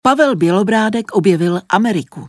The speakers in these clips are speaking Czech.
Pavel Bělobrádek objevil Ameriku.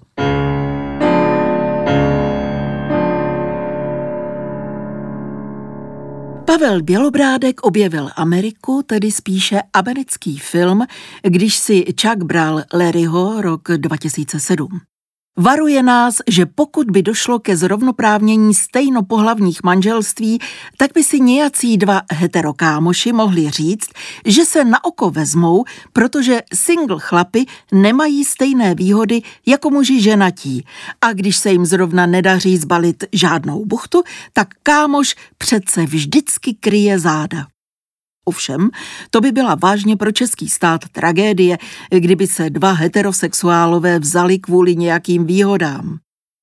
Pavel Bělobrádek objevil Ameriku, tedy spíše americký film, když si Chuck bral Larryho rok 2007. Varuje nás, že pokud by došlo ke zrovnoprávnění stejnopohlavních manželství, tak by si nějací dva heterokámoši mohli říct, že se na oko vezmou, protože single chlapi nemají stejné výhody jako muži ženatí. A když se jim zrovna nedaří zbalit žádnou buchtu, tak kámoš přece vždycky kryje záda. Ovšem, to by byla vážně pro český stát tragédie, kdyby se dva heterosexuálové vzali kvůli nějakým výhodám.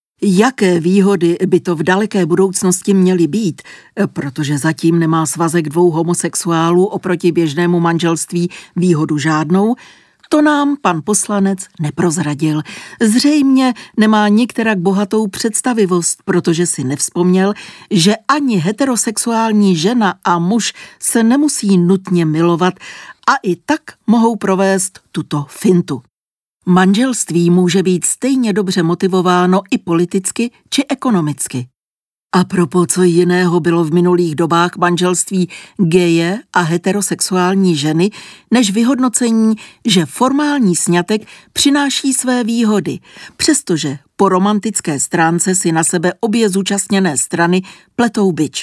Jaké výhody by to v daleké budoucnosti měly být, protože zatím nemá svazek dvou homosexuálů oproti běžnému manželství výhodu žádnou, to nám pan poslanec neprozradil. Zřejmě nemá nikterak bohatou představivost, protože si nevzpomněl, že ani heterosexuální žena a muž se nemusí nutně milovat a i tak mohou provést tuto fintu. Manželství může být stejně dobře motivováno i politicky či ekonomicky. A propos, co jiného bylo v minulých dobách manželství geje a heterosexuální ženy, než vyhodnocení, že formální sňatek přináší své výhody, přestože po romantické stránce si na sebe obě zúčastněné strany pletou bič.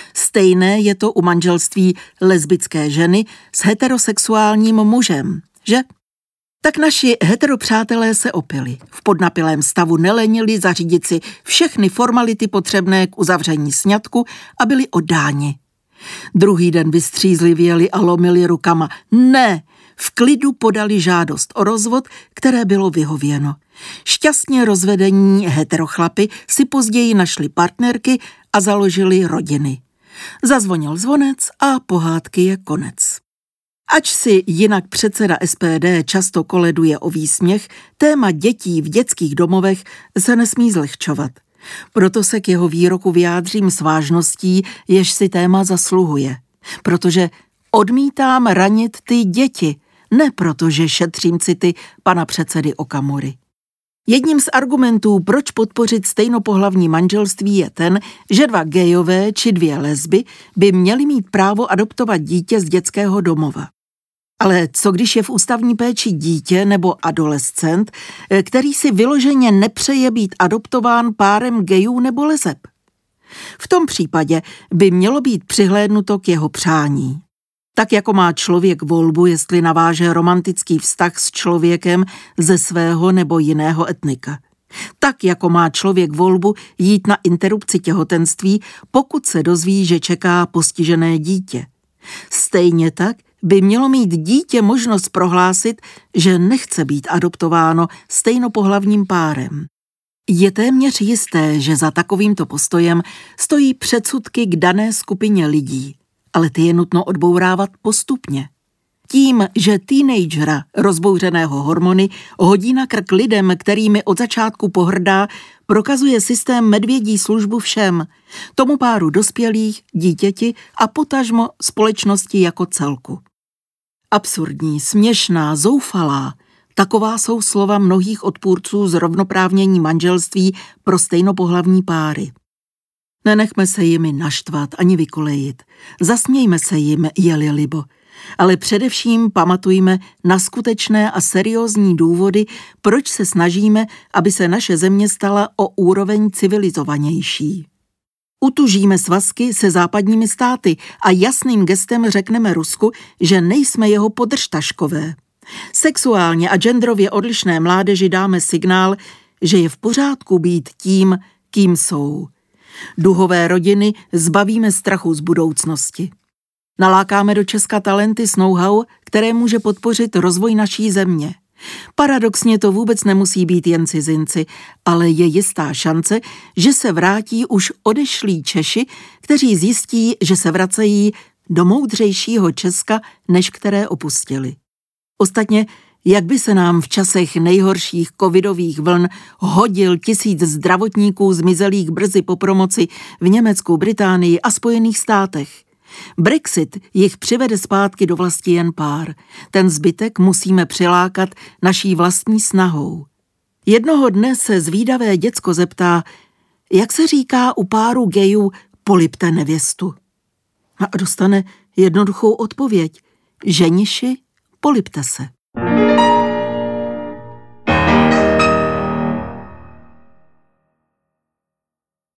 Stejné je to u manželství lesbické ženy s heterosexuálním mužem, že? Tak naši heteropřátelé se opili. V podnapilém stavu nelenili zařídit si všechny formality potřebné k uzavření sňatku a byli oddáni. Druhý den vystřízlivěli a lomili rukama. Ne, v klidu podali žádost o rozvod, které bylo vyhověno. Šťastně rozvedení heterochlapy si později našli partnerky a založili rodiny. Zazvonil zvonec a pohádky je konec. Ač si jinak předseda SPD často koleduje o výsměch, téma dětí v dětských domovech se nesmí zlehčovat. Proto se k jeho výroku vyjádřím s vážností, jež si téma zasluhuje. Protože odmítám ranit ty děti, ne protože šetřím city pana předsedy Okamury. Jedním z argumentů, proč podpořit stejnopohlavní manželství, je ten, že dva gejové či dvě lesby by měli mít právo adoptovat dítě z dětského domova. Ale co když je v ústavní péči dítě nebo adolescent, který si vyloženě nepřeje být adoptován párem gejů nebo leseb? V tom případě by mělo být přihlédnuto k jeho přání. Tak jako má člověk volbu, jestli naváže romantický vztah s člověkem ze svého nebo jiného etnika. Tak jako má člověk volbu jít na interrupci těhotenství, pokud se dozví, že čeká postižené dítě. Stejně tak by mělo mít dítě možnost prohlásit, že nechce být adoptováno stejnopohlavním párem. Je téměř jisté, že za takovýmto postojem stojí předsudky k dané skupině lidí, ale ty je nutno odbourávat postupně. Tím, že teenagera rozbouřeného hormony hodí na krk lidem, kterými od začátku pohrdá, prokazuje systém medvědí službu všem, tomu páru dospělých, dítěti a potažmo společnosti jako celku. Absurdní, směšná, zoufalá, taková jsou slova mnohých odpůrců zrovnoprávnění manželství pro stejnopohlavní páry. Nenechme se jimi naštvat ani vykolejit. Zasmějme se jim, je-li libo. Ale především pamatujme na skutečné a seriózní důvody, proč se snažíme, aby se naše země stala o úroveň civilizovanější. Utužíme svazky se západními státy a jasným gestem řekneme Rusku, že nejsme jeho podržtaškové. Sexuálně a genderově odlišné mládeži dáme signál, že je v pořádku být tím, kým jsou. Duhové rodiny zbavíme strachu z budoucnosti. Nalákáme do Česka talenty s know-how, které může podpořit rozvoj naší země. Paradoxně to vůbec nemusí být jen cizinci, ale je jistá šance, že se vrátí už odešlí Češi, kteří zjistí, že se vracejí do moudřejšího Česka, než které opustili. Ostatně, jak by se nám v časech nejhorších covidových vln hodil 1000 zdravotníků zmizelých brzy po promoci v Německu, Británii a Spojených státech. Brexit jich přivede zpátky do vlasti jen pár. Ten zbytek musíme přilákat naší vlastní snahou. Jednoho dne se zvídavé děcko zeptá, jak se říká u páru gejů polibte nevěstu. A dostane jednoduchou odpověď. Ženiši, polibte se.